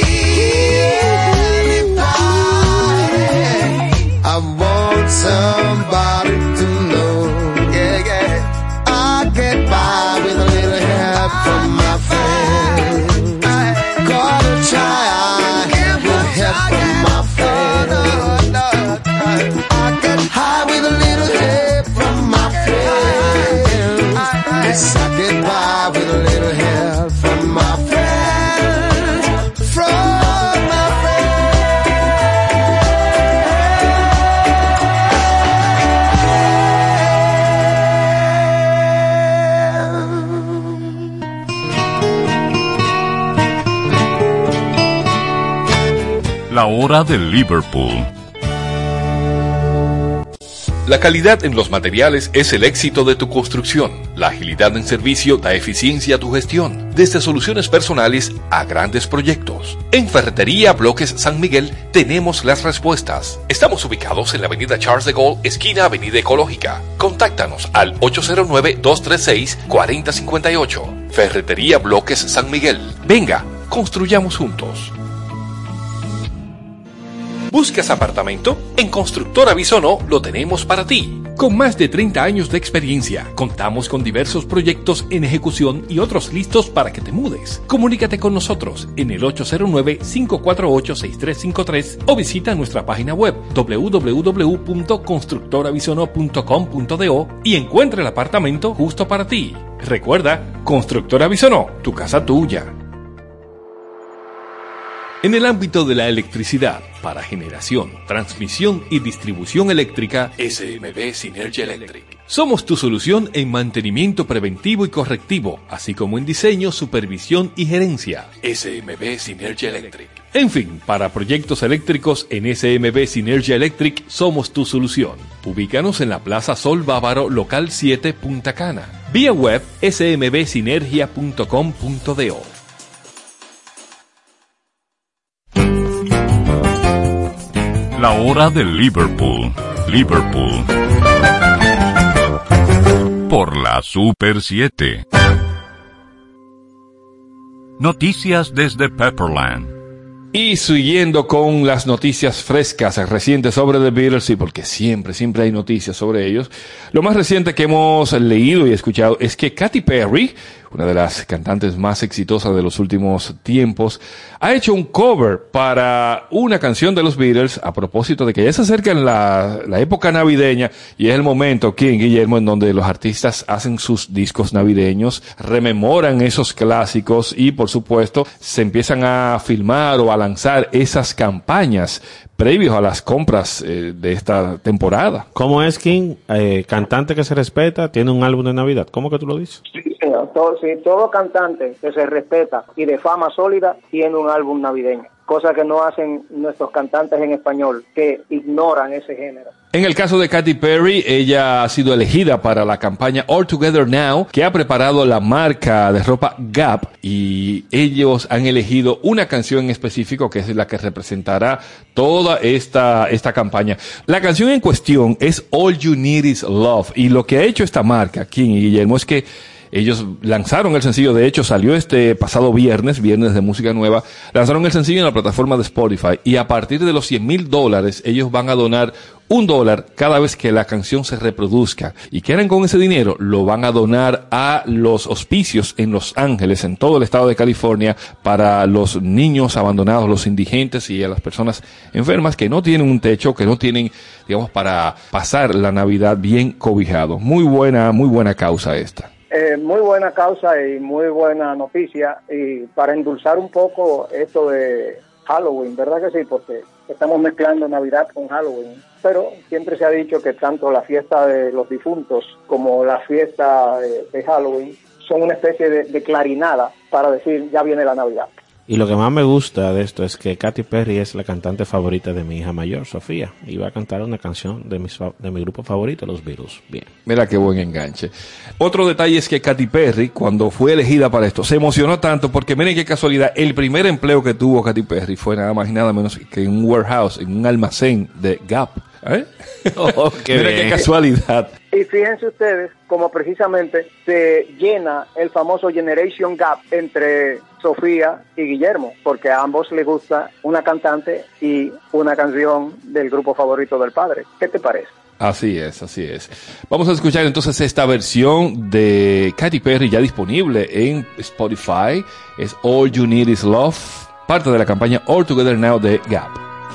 anybody? I want somebody to know. Yeah, yeah. I get by with a little help from my friends. Gotta try with help from my friends. I get high with a little help from my friends. Yes, I get by with a little help from my friends. From my La hora de Liverpool. La calidad en los materiales es el éxito de tu construcción. La agilidad en servicio da eficiencia a tu gestión, desde soluciones personales a grandes proyectos. En Ferretería Bloques San Miguel tenemos las respuestas. Estamos ubicados en la avenida Charles de Gaulle, esquina Avenida Ecológica. Contáctanos al ocho cero nueve, dos tres seis, cuatro cero cinco ocho. Ferretería Bloques San Miguel. Venga, construyamos juntos. ¿Buscas apartamento? En Constructora Bisonó lo tenemos para ti. Con más de treinta años de experiencia, contamos con diversos proyectos en ejecución y otros listos para que te mudes. Comunícate con nosotros en el ocho cero nueve, cinco cuatro ocho, seis tres cinco tres o visita nuestra página web doble u doble u doble u punto constructora bisonó punto com punto do y encuentra el apartamento justo para ti. Recuerda, Constructora Bisonó, tu casa tuya. En el ámbito de la electricidad, para generación, transmisión y distribución eléctrica, S M B Synergy Electric. Somos tu solución en mantenimiento preventivo y correctivo, así como en diseño, supervisión y gerencia. S M B Synergy Electric. En fin, para proyectos eléctricos en S M B Synergy Electric somos tu solución. Ubícanos en la Plaza Sol Bávaro, local siete, Punta Cana. Vía web s m b sinergia punto com punto do. La hora de Liverpool. Liverpool. por la Super siete. Noticias desde Pepperland. Y siguiendo con las noticias frescas, recientes sobre The Beatles, sí, porque siempre, siempre hay noticias sobre ellos. Lo más reciente que hemos leído y escuchado es que Katy Perry, una de las cantantes más exitosas de los últimos tiempos, ha hecho un cover para una canción de los Beatles a propósito de que ya se acerca la, la época navideña y es el momento aquí en Guillermo en donde los artistas hacen sus discos navideños, rememoran esos clásicos y por supuesto se empiezan a filmar o a lanzar esas campañas previos a las compras eh, de esta temporada. ¿Cómo es, King? Eh, cantante que se respeta, tiene un álbum de Navidad. ¿Cómo que tú lo dices? Sí, señor. Todo, sí, todo cantante que se respeta y de fama sólida tiene un álbum navideño. Cosa que no hacen nuestros cantantes en español, que ignoran ese género. En el caso de Katy Perry, ella ha sido elegida para la campaña All Together Now, que ha preparado la marca de ropa Gap, y ellos han elegido una canción en específico que es la que representará toda esta, esta campaña. La canción en cuestión es All You Need Is Love, y lo que ha hecho esta marca, King y Guillermo, es que ellos lanzaron el sencillo, de hecho salió este pasado viernes, viernes de música nueva, lanzaron el sencillo en la plataforma de Spotify y a partir de los cien mil dólares ellos van a donar un dólar cada vez que la canción se reproduzca. ¿Y qué harán con ese dinero? Lo van a donar a los hospicios en Los Ángeles, en todo el estado de California, para los niños abandonados, los indigentes y a las personas enfermas que no tienen un techo, que no tienen, digamos, para pasar la Navidad bien cobijados. Muy buena, muy buena causa esta. Eh, muy buena causa y muy buena noticia, y para endulzar un poco esto de Halloween, ¿verdad que sí? Porque estamos mezclando Navidad con Halloween, pero siempre se ha dicho que tanto la fiesta de los difuntos como la fiesta de, de Halloween son una especie de, de clarinada para decir ya viene la Navidad. Y lo que más me gusta de esto es que Katy Perry es la cantante favorita de mi hija mayor, Sofía, y va a cantar una canción de, mis, de mi grupo favorito, los Beatles. Bien. Mira qué buen enganche. Otro detalle es que Katy Perry, cuando fue elegida para esto, se emocionó tanto porque miren qué casualidad, el primer empleo que tuvo Katy Perry fue nada más y nada menos que en un warehouse, en un almacén de Gap. ¿Eh? Oh, qué mira bien. qué casualidad. Y fíjense ustedes cómo precisamente se llena el famoso Generation Gap entre Sofía y Guillermo, porque a ambos les gusta una cantante y una canción del grupo favorito del padre. ¿Qué te parece? Así es, así es. Vamos a escuchar entonces esta versión de Katy Perry ya disponible en Spotify. Es All You Need Is Love, parte de la campaña All Together Now de Gap.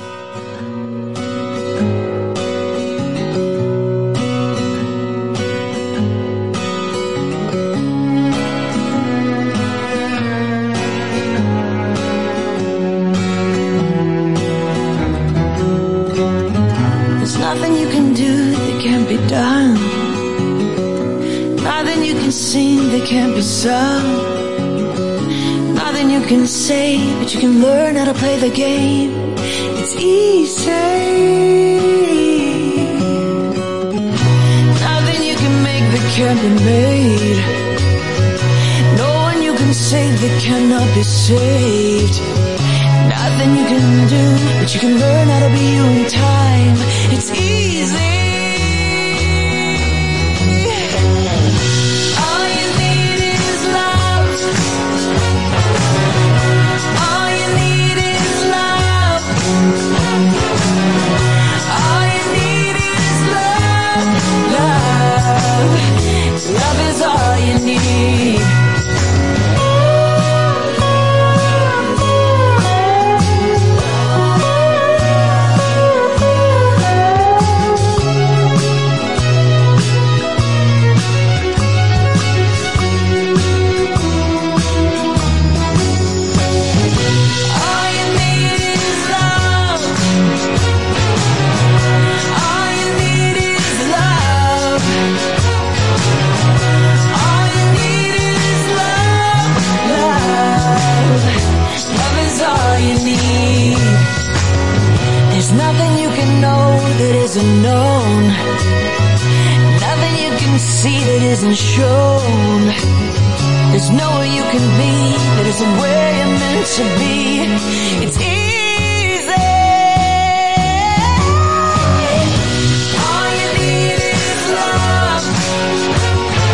Nothing you can do that can't be done. Nothing you can sing that can't be sung. Nothing you can say, but you can learn how to play the game. It's easy. Nothing you can make that can't be made. No one you can save that cannot be saved. Nothing you can do, but you can learn how to be you in time. It's easy. All you need is love. All you need is love. All you need is love. Love. Love is all you need. Nothing you can know that isn't known. Nothing you can see that isn't shown. There's nowhere you can be that isn't where you're meant to be. It's easy. All you need is love.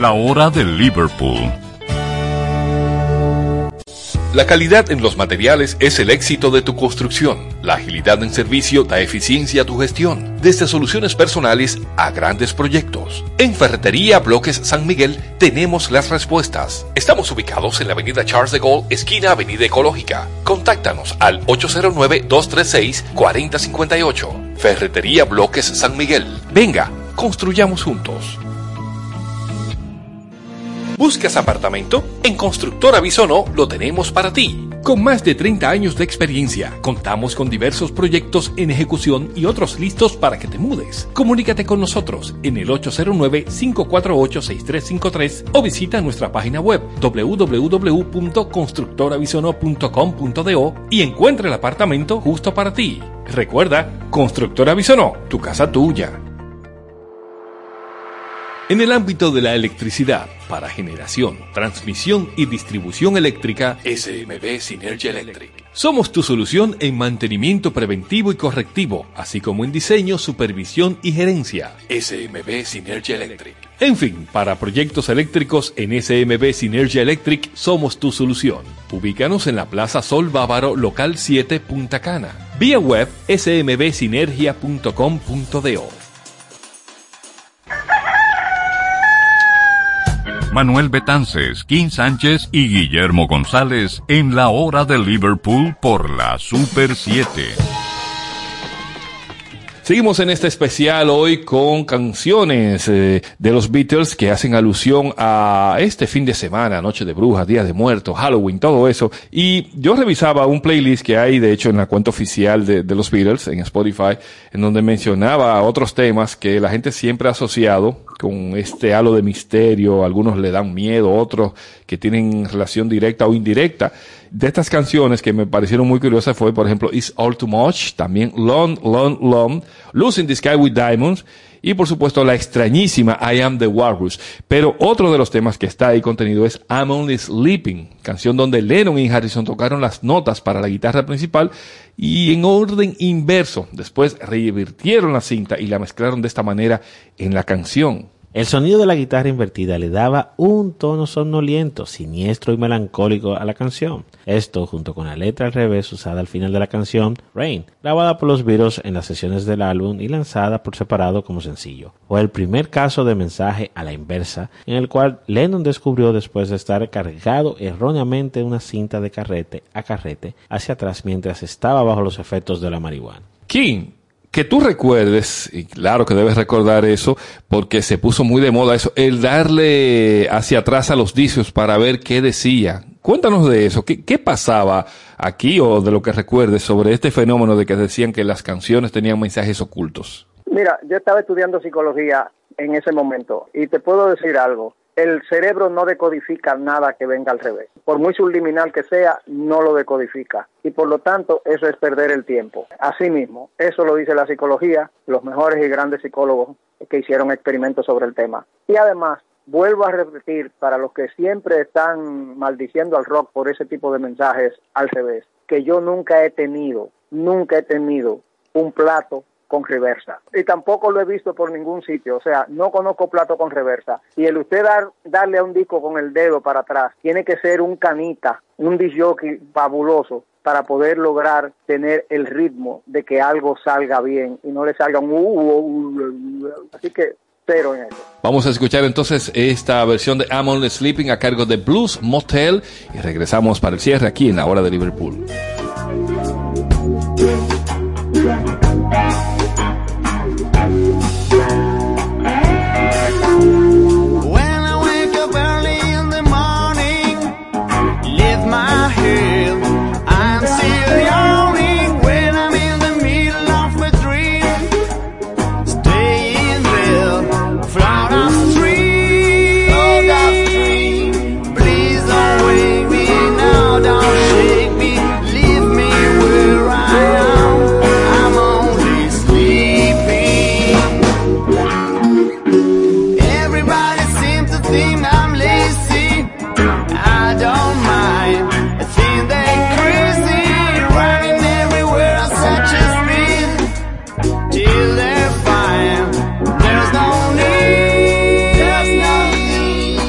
La hora de Liverpool. La calidad en los materiales es el éxito de tu construcción. La agilidad en servicio da eficiencia a tu gestión, desde soluciones personales a grandes proyectos. En Ferretería Bloques San Miguel tenemos las respuestas. Estamos ubicados en la avenida Charles de Gaulle, esquina Avenida Ecológica. Contáctanos al ocho cero nueve, dos tres seis, cuatro cero cinco ocho. Ferretería Bloques San Miguel. Venga, construyamos juntos. ¿Buscas apartamento? En Constructora Bisonó lo tenemos para ti. Con más de treinta años de experiencia, contamos con diversos proyectos en ejecución y otros listos para que te mudes. Comunícate con nosotros en el ocho cero nueve, cinco cuatro ocho, seis tres cinco tres o visita nuestra página web doble u doble u doble u punto constructora bisonó punto com punto do y encuentra el apartamento justo para ti. Recuerda, Constructora Bisonó, tu casa tuya. En el ámbito de la electricidad, para generación, transmisión y distribución eléctrica, S M B Synergy Electric. Somos tu solución en mantenimiento preventivo y correctivo, así como en diseño, supervisión y gerencia. S M B Synergy Electric. En fin, para proyectos eléctricos en S M B Synergy Electric somos tu solución. Ubícanos en la Plaza Sol Bávaro, local siete, Punta Cana. Vía web s m b synergia punto com punto do. Manuel Betances, Kim Sánchez y Guillermo González en la hora de Liverpool por la Super siete. Seguimos en este especial hoy con canciones eh, de los Beatles que hacen alusión a este fin de semana, Noche de Brujas, Día de Muertos, Halloween, todo eso. Y yo revisaba un playlist que hay, de hecho, en la cuenta oficial de, de los Beatles, en Spotify, en donde mencionaba otros temas que la gente siempre ha asociado con este halo de misterio. Algunos le dan miedo, otros que tienen relación directa o indirecta. De estas canciones que me parecieron muy curiosas fue, por ejemplo, It's All Too Much, también Long, Long, Long, Losing the Sky with Diamonds, y por supuesto la extrañísima I Am the Walrus. Pero otro de los temas que está ahí contenido es I'm Only Sleeping, canción donde Lennon y Harrison tocaron las notas para la guitarra principal y en orden inverso. Después revirtieron la cinta y la mezclaron de esta manera en la canción. El sonido de la guitarra invertida le daba un tono somnoliento, siniestro y melancólico a la canción. Esto, junto con la letra al revés usada al final de la canción, Rain, grabada por los Beatles en las sesiones del álbum y lanzada por separado como sencillo. Fue el primer caso de mensaje a la inversa, en el cual Lennon descubrió después de estar cargado erróneamente una cinta de carrete a carrete hacia atrás mientras estaba bajo los efectos de la marihuana. King, que tú recuerdes, y claro que debes recordar eso, porque se puso muy de moda eso, el darle hacia atrás a los discos para ver qué decía. Cuéntanos de eso, ¿qué, qué pasaba aquí o de lo que recuerdes sobre este fenómeno de que decían que las canciones tenían mensajes ocultos? Mira, yo estaba estudiando psicología en ese momento y te puedo decir algo. El cerebro no decodifica nada que venga al revés. Por muy subliminal que sea, no lo decodifica. Y por lo tanto, eso es perder el tiempo. Asimismo, eso lo dice la psicología, los mejores y grandes psicólogos que hicieron experimentos sobre el tema. Y además, vuelvo a repetir, para los que siempre están maldiciendo al rock por ese tipo de mensajes al revés, que yo nunca he tenido, nunca he tenido un plato con reversa. Y tampoco lo he visto por ningún sitio. O sea, no conozco plato con reversa. Y el usted dar, darle a un disco con el dedo para atrás, tiene que ser un canita, un disc jockey fabuloso para poder lograr tener el ritmo de que algo salga bien y no le salga un... Uh, uh, uh, uh. Así que cero en eso. Vamos a escuchar entonces esta versión de I'm Only Sleeping a cargo de Blues Motel y regresamos para el cierre aquí en la hora de Liverpool. Till they're fine, there's no need, there's no need.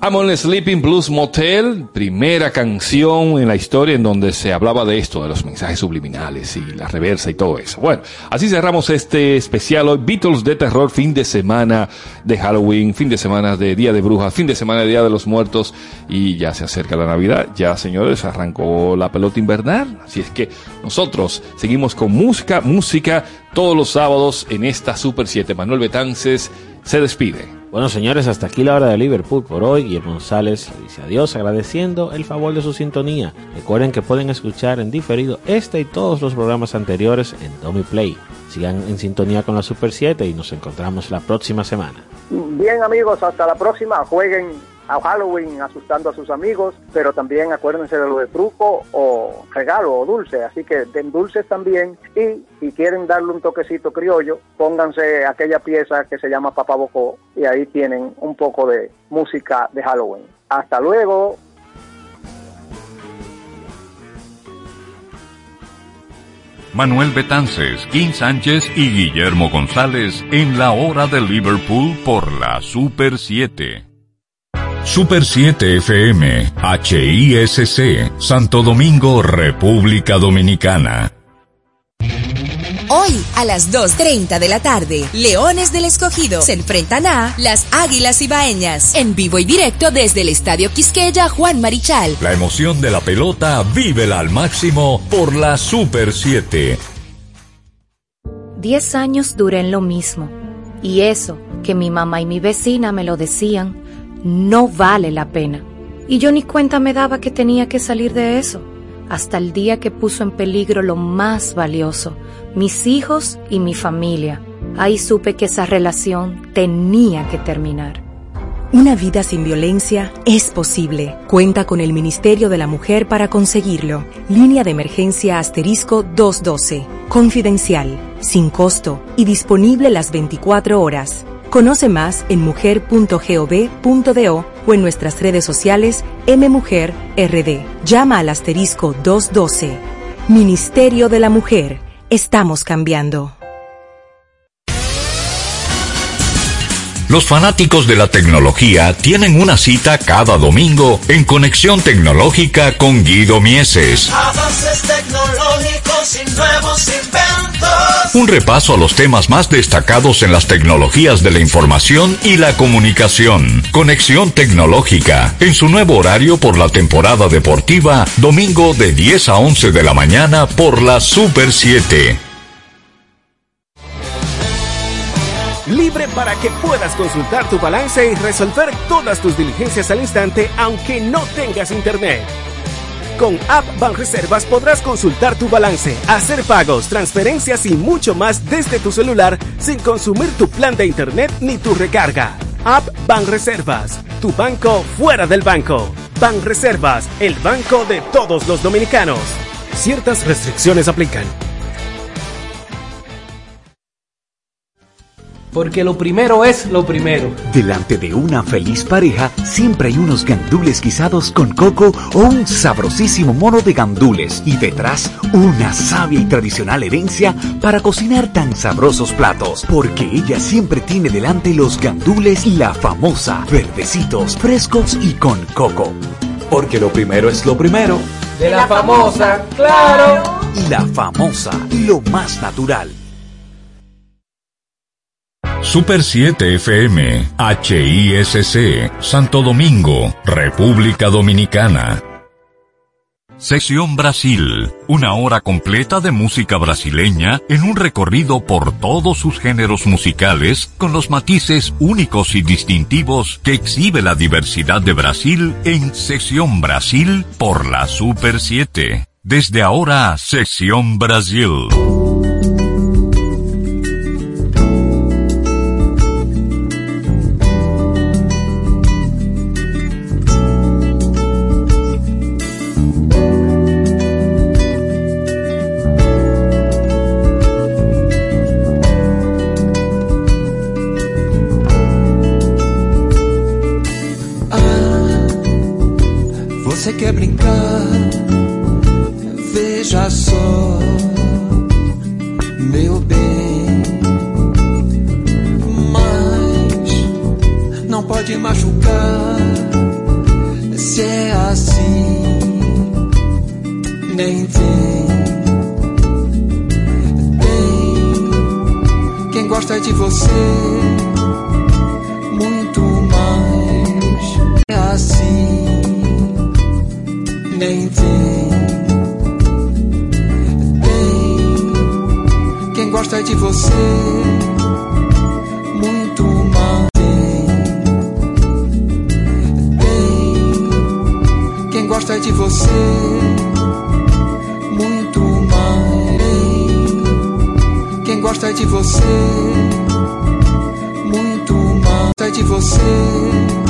I'm on Sleeping Blues Motel, primera canción en la historia en donde se hablaba de esto, de los mensajes subliminales y la reversa y todo eso. Bueno, así cerramos este especial hoy, Beatles de terror, fin de semana de Halloween, fin de semana de Día de Brujas, fin de semana de Día de los Muertos, y ya se acerca la Navidad, ya señores, arrancó la pelota invernal, así es que nosotros seguimos con música, música todos los sábados en esta Super siete. Manuel Betances se despide. Bueno, señores, hasta aquí la hora de Liverpool por hoy. Guillermo González le dice adiós, agradeciendo el favor de su sintonía. Recuerden que pueden escuchar en diferido este y todos los programas anteriores en Domi Play. Sigan en sintonía con la Super siete y nos encontramos la próxima semana. Bien, amigos, hasta la próxima. Jueguen a Halloween asustando a sus amigos, pero también acuérdense de lo de truco o regalo o dulce, así que den dulces también, y si quieren darle un toquecito criollo, pónganse aquella pieza que se llama Papá Bocó y ahí tienen un poco de música de Halloween. Hasta luego. Manuel Betances, Kim Sánchez y Guillermo González en la hora de Liverpool por la Super siete. Super siete F M, H I S C, Santo Domingo, República Dominicana. Hoy, a las dos treinta de la tarde, Leones del Escogido se enfrentan a las Águilas Ibaeñas, en vivo y directo desde el Estadio Quisqueya Juan Marichal. La emoción de la pelota, vívela al máximo por la Super siete. Diez años duré en lo mismo, y eso, que mi mamá y mi vecina me lo decían, no vale la pena. Y yo ni cuenta me daba que tenía que salir de eso, hasta el día que puso en peligro lo más valioso, mis hijos y mi familia. Ahí supe que esa relación tenía que terminar. Una vida sin violencia es posible. Cuenta con el Ministerio de la Mujer para conseguirlo. Línea de emergencia asterisco doscientos doce. Confidencial, sin costo y disponible las veinticuatro horas. Conoce más en mujer punto gov punto do o en nuestras redes sociales mmujerrd. Llama al asterisco doscientos doce. Ministerio de la Mujer. Estamos cambiando. Los fanáticos de la tecnología tienen una cita cada domingo en Conexión Tecnológica con Guido Mieses. Avances tecnológicos y nuevos inventos. Un repaso a los temas más destacados en las tecnologías de la información y la comunicación. Conexión Tecnológica, en su nuevo horario por la temporada deportiva, domingo de diez a once de la mañana por la Super siete. Libre para que puedas consultar tu balance y resolver todas tus diligencias al instante, aunque no tengas internet. Con App Banreservas podrás consultar tu balance, hacer pagos, transferencias y mucho más desde tu celular sin consumir tu plan de internet ni tu recarga. App Banreservas, tu banco fuera del banco. Banreservas, el banco de todos los dominicanos. Ciertas restricciones aplican. Porque lo primero es lo primero. Delante de una feliz pareja, siempre hay unos gandules guisados con coco o un sabrosísimo mono de gandules. Y detrás, una sabia y tradicional herencia para cocinar tan sabrosos platos. Porque ella siempre tiene delante los gandules y la famosa, verdecitos, frescos y con coco. Porque lo primero es lo primero. De la famosa, claro. Y la famosa, lo más natural. Super siete F M, H I S C, Santo Domingo, República Dominicana. Sección Brasil, una hora completa de música brasileña en un recorrido por todos sus géneros musicales con los matices únicos y distintivos que exhibe la diversidad de Brasil en Sección Brasil por la Super siete. Desde ahora, Sección Brasil. Você quer brincar? Veja só, meu bem. Mas não pode machucar. Se é assim, nem vem. Tem quem gosta de você muito mais. É assim, nem vem. Tem quem gosta de você muito mais. Quem gosta de você muito mais. Quem gosta de você muito mais. Gosta de você